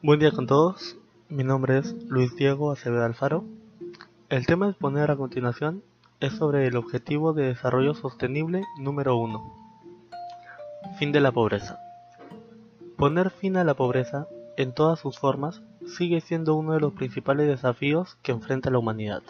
Buen día con todos, mi nombre es Luis Diego Acevedo Alfaro. El tema a exponer a continuación es sobre el Objetivo de Desarrollo Sostenible número 1, fin de la pobreza. Poner fin a la pobreza, en todas sus formas, sigue siendo uno de los principales desafíos que enfrenta la humanidad.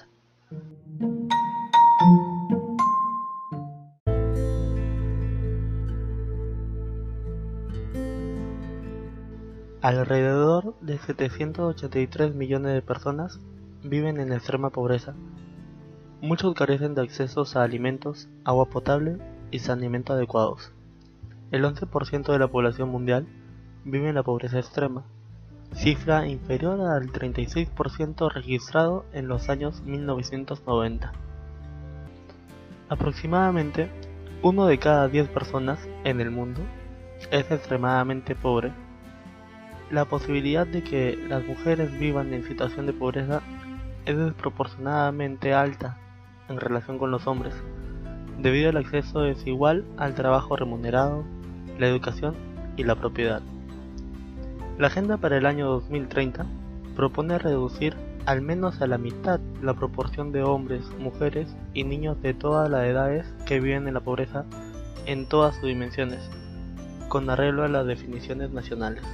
Alrededor de 783 millones de personas viven en extrema pobreza. Muchos carecen de accesos a alimentos, agua potable y saneamiento adecuados. El 11% de la población mundial vive en la pobreza extrema, cifra inferior al 36% registrado en los años 1990. Aproximadamente 1 de cada 10 personas en el mundo es extremadamente pobre. La posibilidad de que las mujeres vivan en situación de pobreza es desproporcionadamente alta en relación con los hombres, debido al acceso desigual al trabajo remunerado, la educación y la propiedad. La Agenda para el año 2030 propone reducir al menos a la mitad la proporción de hombres, mujeres y niños de todas las edades que viven en la pobreza en todas sus dimensiones, con arreglo a las definiciones nacionales.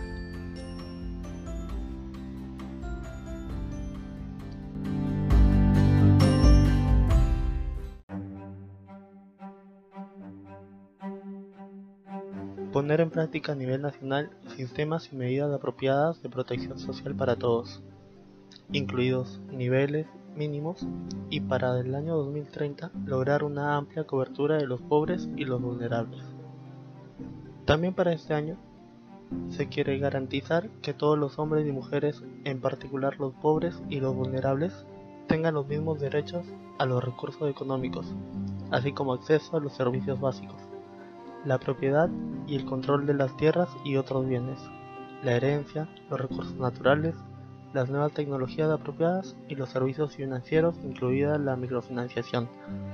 Poner en práctica a nivel nacional sistemas y medidas apropiadas de protección social para todos, incluidos niveles mínimos, y para el año 2030 lograr una amplia cobertura de los pobres y los vulnerables. También para este año se quiere garantizar que todos los hombres y mujeres, en particular los pobres y los vulnerables, tengan los mismos derechos a los recursos económicos, así como acceso a los servicios básicos, la propiedad y el control de las tierras y otros bienes, la herencia, los recursos naturales, las nuevas tecnologías apropiadas y los servicios financieros, incluida la microfinanciación.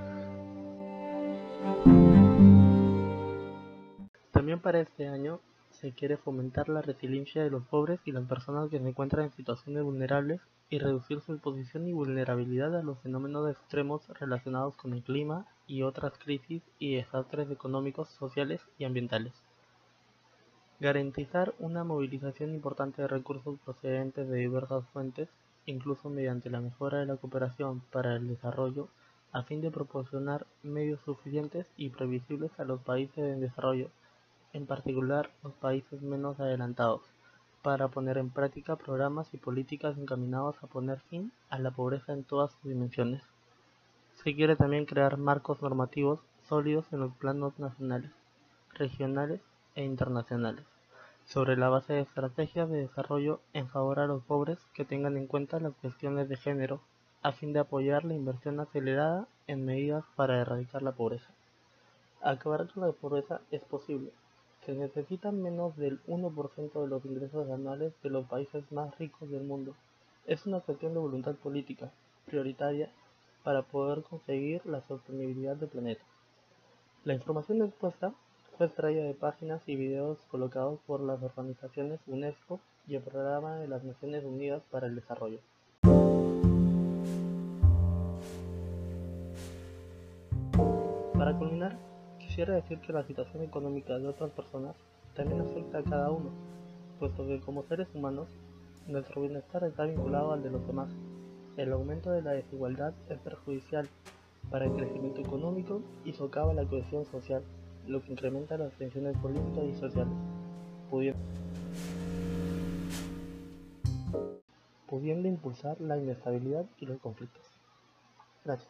También para este año se quiere fomentar la resiliencia de los pobres y las personas que se encuentran en situaciones vulnerables y reducir su exposición y vulnerabilidad a los fenómenos extremos relacionados con el clima y otras crisis y desastres económicos, sociales y ambientales. Garantizar una movilización importante de recursos procedentes de diversas fuentes, incluso mediante la mejora de la cooperación para el desarrollo, a fin de proporcionar medios suficientes y previsibles a los países en desarrollo, en particular los países menos adelantados, para poner en práctica programas y políticas encaminados a poner fin a la pobreza en todas sus dimensiones. Se quiere también crear marcos normativos sólidos en los planos nacionales, regionales e internacionales, sobre la base de estrategias de desarrollo en favor a los pobres que tengan en cuenta las cuestiones de género, a fin de apoyar la inversión acelerada en medidas para erradicar la pobreza. Acabar con la pobreza es posible. Se necesitan menos del 1% de los ingresos anuales de los países más ricos del mundo. Es una cuestión de voluntad política, prioritaria, para poder conseguir la sostenibilidad del planeta. La información expuesta fue extraída de páginas y videos colocados por las organizaciones UNESCO y el Programa de las Naciones Unidas para el Desarrollo. Para culminar, quisiera decir que la situación económica de otras personas también afecta a cada uno, puesto que como seres humanos, nuestro bienestar está vinculado al de los demás. El aumento de la desigualdad es perjudicial para el crecimiento económico y socava la cohesión social, lo que incrementa las tensiones políticas y sociales, pudiendo impulsar la inestabilidad y los conflictos. Gracias.